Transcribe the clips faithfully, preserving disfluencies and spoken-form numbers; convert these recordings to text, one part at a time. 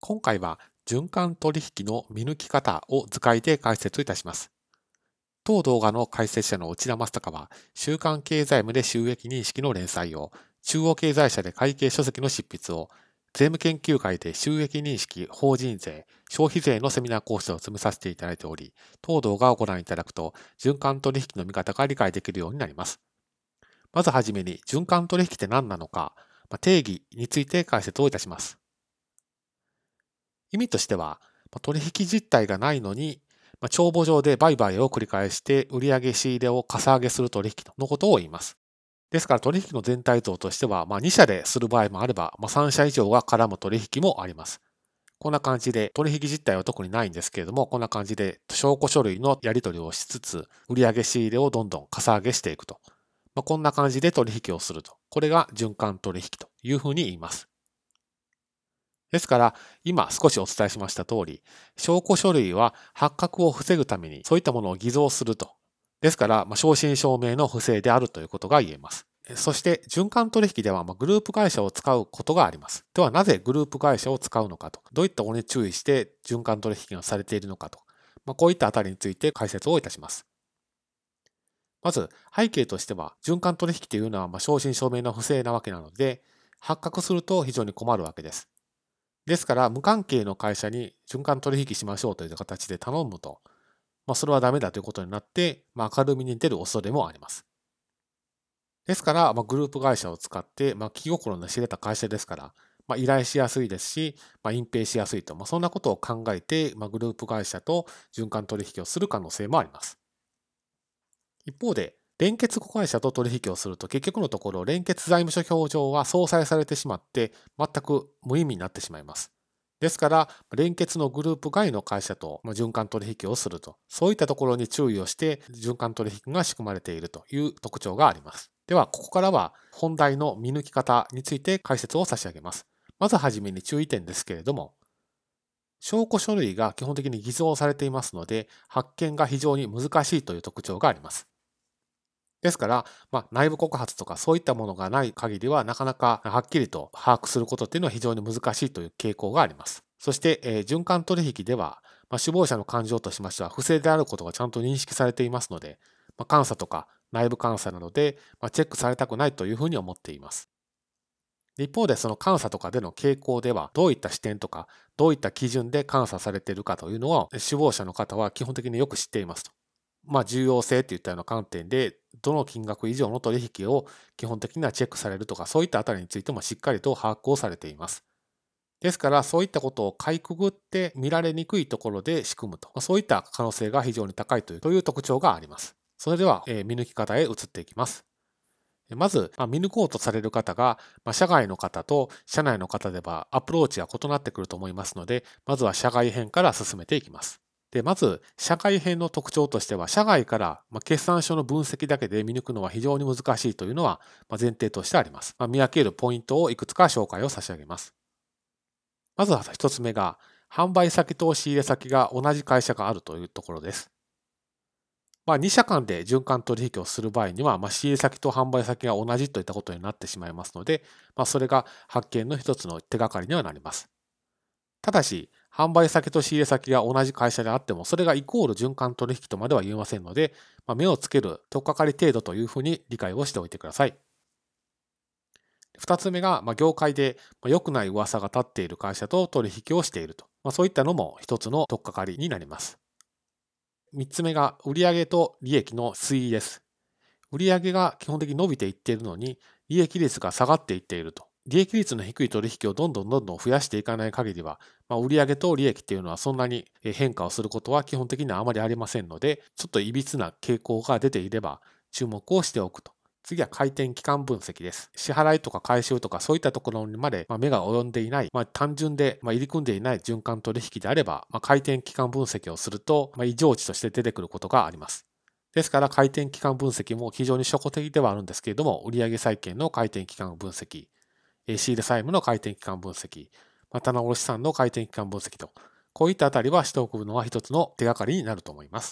今回は循環取引の見抜き方を図解で解説いたします。当動画の解説者の内田正孝は、週刊経済部で収益認識の連載を、中央経済社で会計書籍の執筆を、税務研究会で収益認識、法人税、消費税のセミナー講師を詰めさせていただいており、当動画をご覧いただくと、循環取引の見方が理解できるようになります。まずはじめに、循環取引って何なのか、定義について解説をいたします。意味としては、取引実態がないのに、帳簿上で売買を繰り返して売上仕入れをかさ上げする取引のことを言います。ですから取引の全体像としては、まあ、に社でする場合もあれば、まあ、さん社以上が絡む取引もあります。こんな感じで、取引実態は特にないんですけれども、こんな感じで証拠書類のやり取りをしつつ、売上仕入れをどんどんかさ上げしていくと。まあ、こんな感じで取引をすると。これが循環取引というふうに言います。ですから、今少しお伝えしました通り、証拠書類は発覚を防ぐためにそういったものを偽造すると。ですから、正真正銘の不正であるということが言えます。そして、循環取引ではグループ会社を使うことがあります。では、なぜグループ会社を使うのかと。どういったことに注意して循環取引がされているのかと。まあ、こういったあたりについて解説をいたします。まず、背景としては、循環取引というのはまあ正真正銘の不正なわけなので、発覚すると非常に困るわけです。ですから、無関係の会社に循環取引しましょうという形で頼むと、まあ、それはダメだということになって、まあ、明るみに出る恐れもあります。ですから、まあ、グループ会社を使って、まあ、気心の知れた会社ですから、まあ、依頼しやすいですし、まあ、隠蔽しやすいと、まあ、そんなことを考えて、まあ、グループ会社と循環取引をする可能性もあります。一方で、連結子会社と取引をすると、結局のところ、連結財務諸表上は相殺されてしまって、全く無意味になってしまいます。ですから、連結のグループ外の会社と循環取引をすると、そういったところに注意をして、循環取引が仕組まれているという特徴があります。では、ここからは本題の見抜き方について解説を差し上げます。まずはじめに注意点ですけれども、証拠書類が基本的に偽造されていますので、発見が非常に難しいという特徴があります。ですから、まあ、内部告発とかそういったものがない限りは、なかなかはっきりと把握することっていうのは非常に難しいという傾向があります。そして、えー、循環取引では、まあ、首謀者の感情としましては、不正であることがちゃんと認識されていますので、まあ、監査とか内部監査などで、まあ、チェックされたくないというふうに思っています。一方で、その監査とかでの傾向では、どういった視点とか、どういった基準で監査されているかというのは、首謀者の方は基本的によく知っていますと。まあ、重要性といったような観点で、どの金額以上の取引を基本的にはチェックされるとか、そういったあたりについてもしっかりと把握をされています。ですから、そういったことをかいくぐって見られにくいところで仕組むと、そういった可能性が非常に高いというという特徴があります。それでは、えー見抜き方へ移っていきます。まず、まあ、見抜こうとされる方が、まあ、社外の方と社内の方ではアプローチが異なってくると思いますので、まずは社外編から進めていきます。で、まず、社外編の特徴としては、社外から決算書の分析だけで見抜くのは非常に難しいというのは前提としてあります。まあ、見分けるポイントをいくつか紹介を差し上げます。まずは一つ目が、販売先と仕入れ先が同じ会社があるというところです。まあ、に社間で循環取引をする場合には、まあ、仕入れ先と販売先が同じといったことになってしまいますので、まあ、それが発見の一つの手がかりにはなります。ただし、販売先と仕入れ先が同じ会社であっても、それがイコール循環取引とまでは言えませんので、まあ、目をつける取っかかり程度というふうに理解をしておいてください。二つ目が、まあ、業界で良くない噂が立っている会社と取引をしていると。まあ、そういったのも一つの取っかかりになります。三つ目が、売上と利益の推移です。売上が基本的に伸びていっているのに、利益率が下がっていっていると。利益率の低い取引をどんどんどんどん増やしていかない限りは、まあ、売上と利益っていうのはそんなに変化をすることは基本的にはあまりありませんので、ちょっといびつな傾向が出ていれば注目をしておくと。次は回転期間分析です。支払いとか回収とかそういったところにまで目が及んでいない、まあ、単純で入り組んでいない循環取引であれば、まあ、回転期間分析をすると、まあ、異常値として出てくることがあります。ですから、回転期間分析も非常に初歩的ではあるんですけれども、売上債券の回転期間分析、仕入れ債務の回転期間分析、また、棚卸資産の回転期間分析と、こういったあたりはしておくのは一つの手がかりになると思います。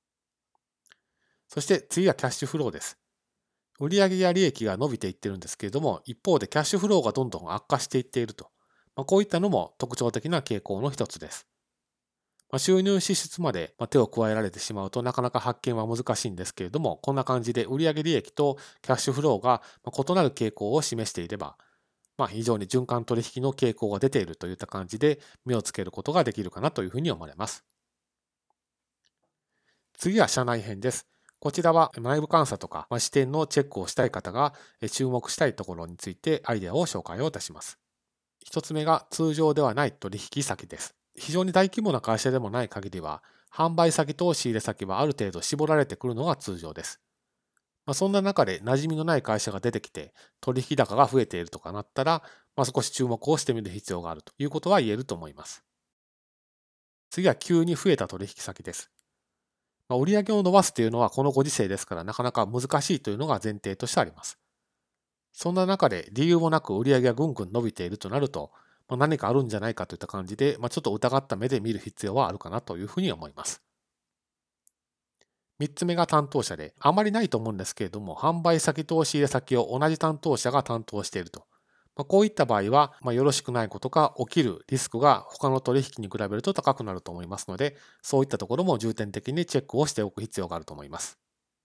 そして次はキャッシュフローです。売上や利益が伸びていってるんですけれども、一方でキャッシュフローがどんどん悪化していっていると。 まあ、こういったのも特徴的な傾向の一つです。まあ、収入支出まで手を加えられてしまうとなかなか発見は難しいんですけれども、こんな感じで売上利益とキャッシュフローが異なる傾向を示していれば、まあ、非常に循環取引の傾向が出ているといった感じで目をつけることができるかなというふうに思われます。次は社内編です。こちらは内部監査とか、まあ、視点のチェックをしたい方が注目したいところについてアイデアを紹介をいたします。一つ目が通常ではない取引先です。非常に大規模な会社でもない限りは、販売先と仕入れ先はある程度絞られてくるのが通常です。まあ、そんな中で馴染みのない会社が出てきて、取引高が増えているとかなったら、まあ、少し注目をしてみる必要があるということは言えると思います。次は急に増えた取引先です。まあ、売上を伸ばすというのはこのご時世ですからなかなか難しいというのが前提としてあります。そんな中で理由もなく売上がぐんぐん伸びているとなると、まあ、何かあるんじゃないかといった感じで、まあ、ちょっと疑った目で見る必要はあるかなというふうに思います。みっつめが担当者で、あまりないと思うんですけれども、販売先と仕入れ先を同じ担当者が担当していると。まあ、こういった場合は、まあ、よろしくないことが起きるリスクが他の取引に比べると高くなると思いますので、そういったところも重点的にチェックをしておく必要があると思います。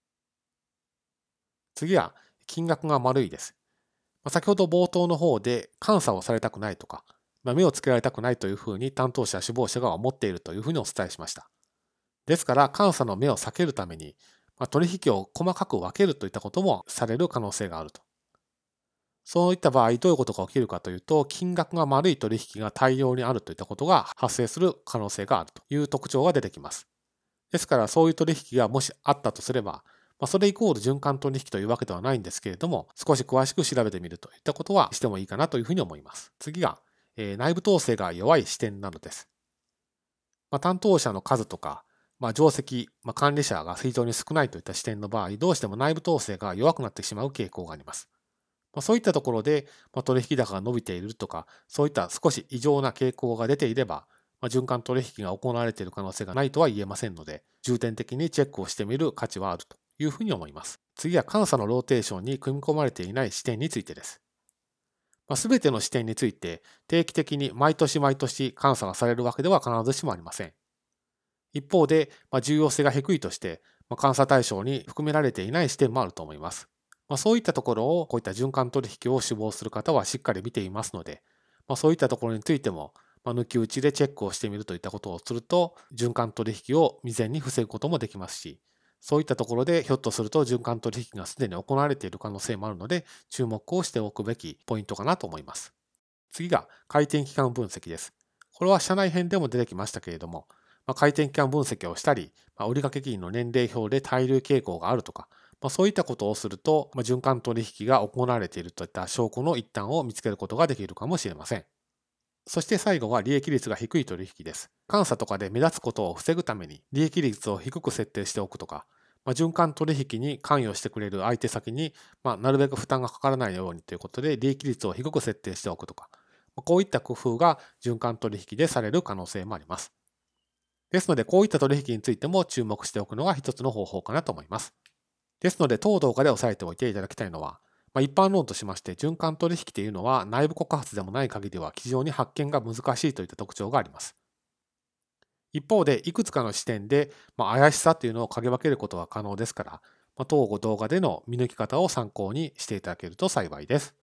次は、金額が丸いです。まあ、先ほど冒頭の方で監査をされたくないとか、まあ、目をつけられたくないというふうに担当者、首謀者が思っているというふうにお伝えしました。ですから、監査の目を避けるために、まあ、取引を細かく分けるといったこともされる可能性があると。そういった場合、どういうことが起きるかというと、金額が丸い取引が大量にあるといったことが発生する可能性があるという特徴が出てきます。ですから、そういう取引がもしあったとすれば、まあ、それイコール循環取引というわけではないんですけれども、少し詳しく調べてみるといったことはしてもいいかなというふうに思います。次が、えー内部統制が弱い視点などです。まあ、担当者の数とか、まあ、定石、まあ、管理者が非常に少ないといった視点の場合、どうしても内部統制が弱くなってしまう傾向があります。まあ、そういったところで、まあ、取引高が伸びているとか、そういった少し異常な傾向が出ていれば、まあ、循環取引が行われている可能性がないとは言えませんので、重点的にチェックをしてみる価値はあるというふうに思います。次は監査のローテーションに組み込まれていない視点についてです。まあ、全ての視点について定期的に毎年毎年監査がされるわけでは必ずしもありません。一方で、まあ、重要性が低いとして、まあ、監査対象に含められていない視点もあると思います。まあ、そういったところを、こういった循環取引を志望する方はしっかり見ていますので、まあ、そういったところについても、まあ、抜き打ちでチェックをしてみるといったことをすると、循環取引を未然に防ぐこともできますし、そういったところでひょっとすると循環取引がすでに行われている可能性もあるので、注目をしておくべきポイントかなと思います。次が回転期間分析です。これは社内編でも出てきましたけれども、まあ、回転期間分析をしたり、まあ、売掛金の年齢表で滞留傾向があるとか、まあ、そういったことをすると、まあ、循環取引が行われているといった証拠の一端を見つけることができるかもしれません。そして最後は利益率が低い取引です。監査とかで目立つことを防ぐために利益率を低く設定しておくとか、まあ、循環取引に関与してくれる相手先に、まあ、なるべく負担がかからないようにということで利益率を低く設定しておくとか、こういった工夫が循環取引でされる可能性もあります。ですので、こういった取引についても注目しておくのが一つの方法かなと思います。ですので、当動画で押さえておいていただきたいのは、まあ、一般論としまして、循環取引というのは内部告発でもない限りは非常に発見が難しいといった特徴があります。一方で、いくつかの視点で、まあ、怪しさというのを嗅ぎ分けることが可能ですから、まあ、当動画での見抜き方を参考にしていただけると幸いです。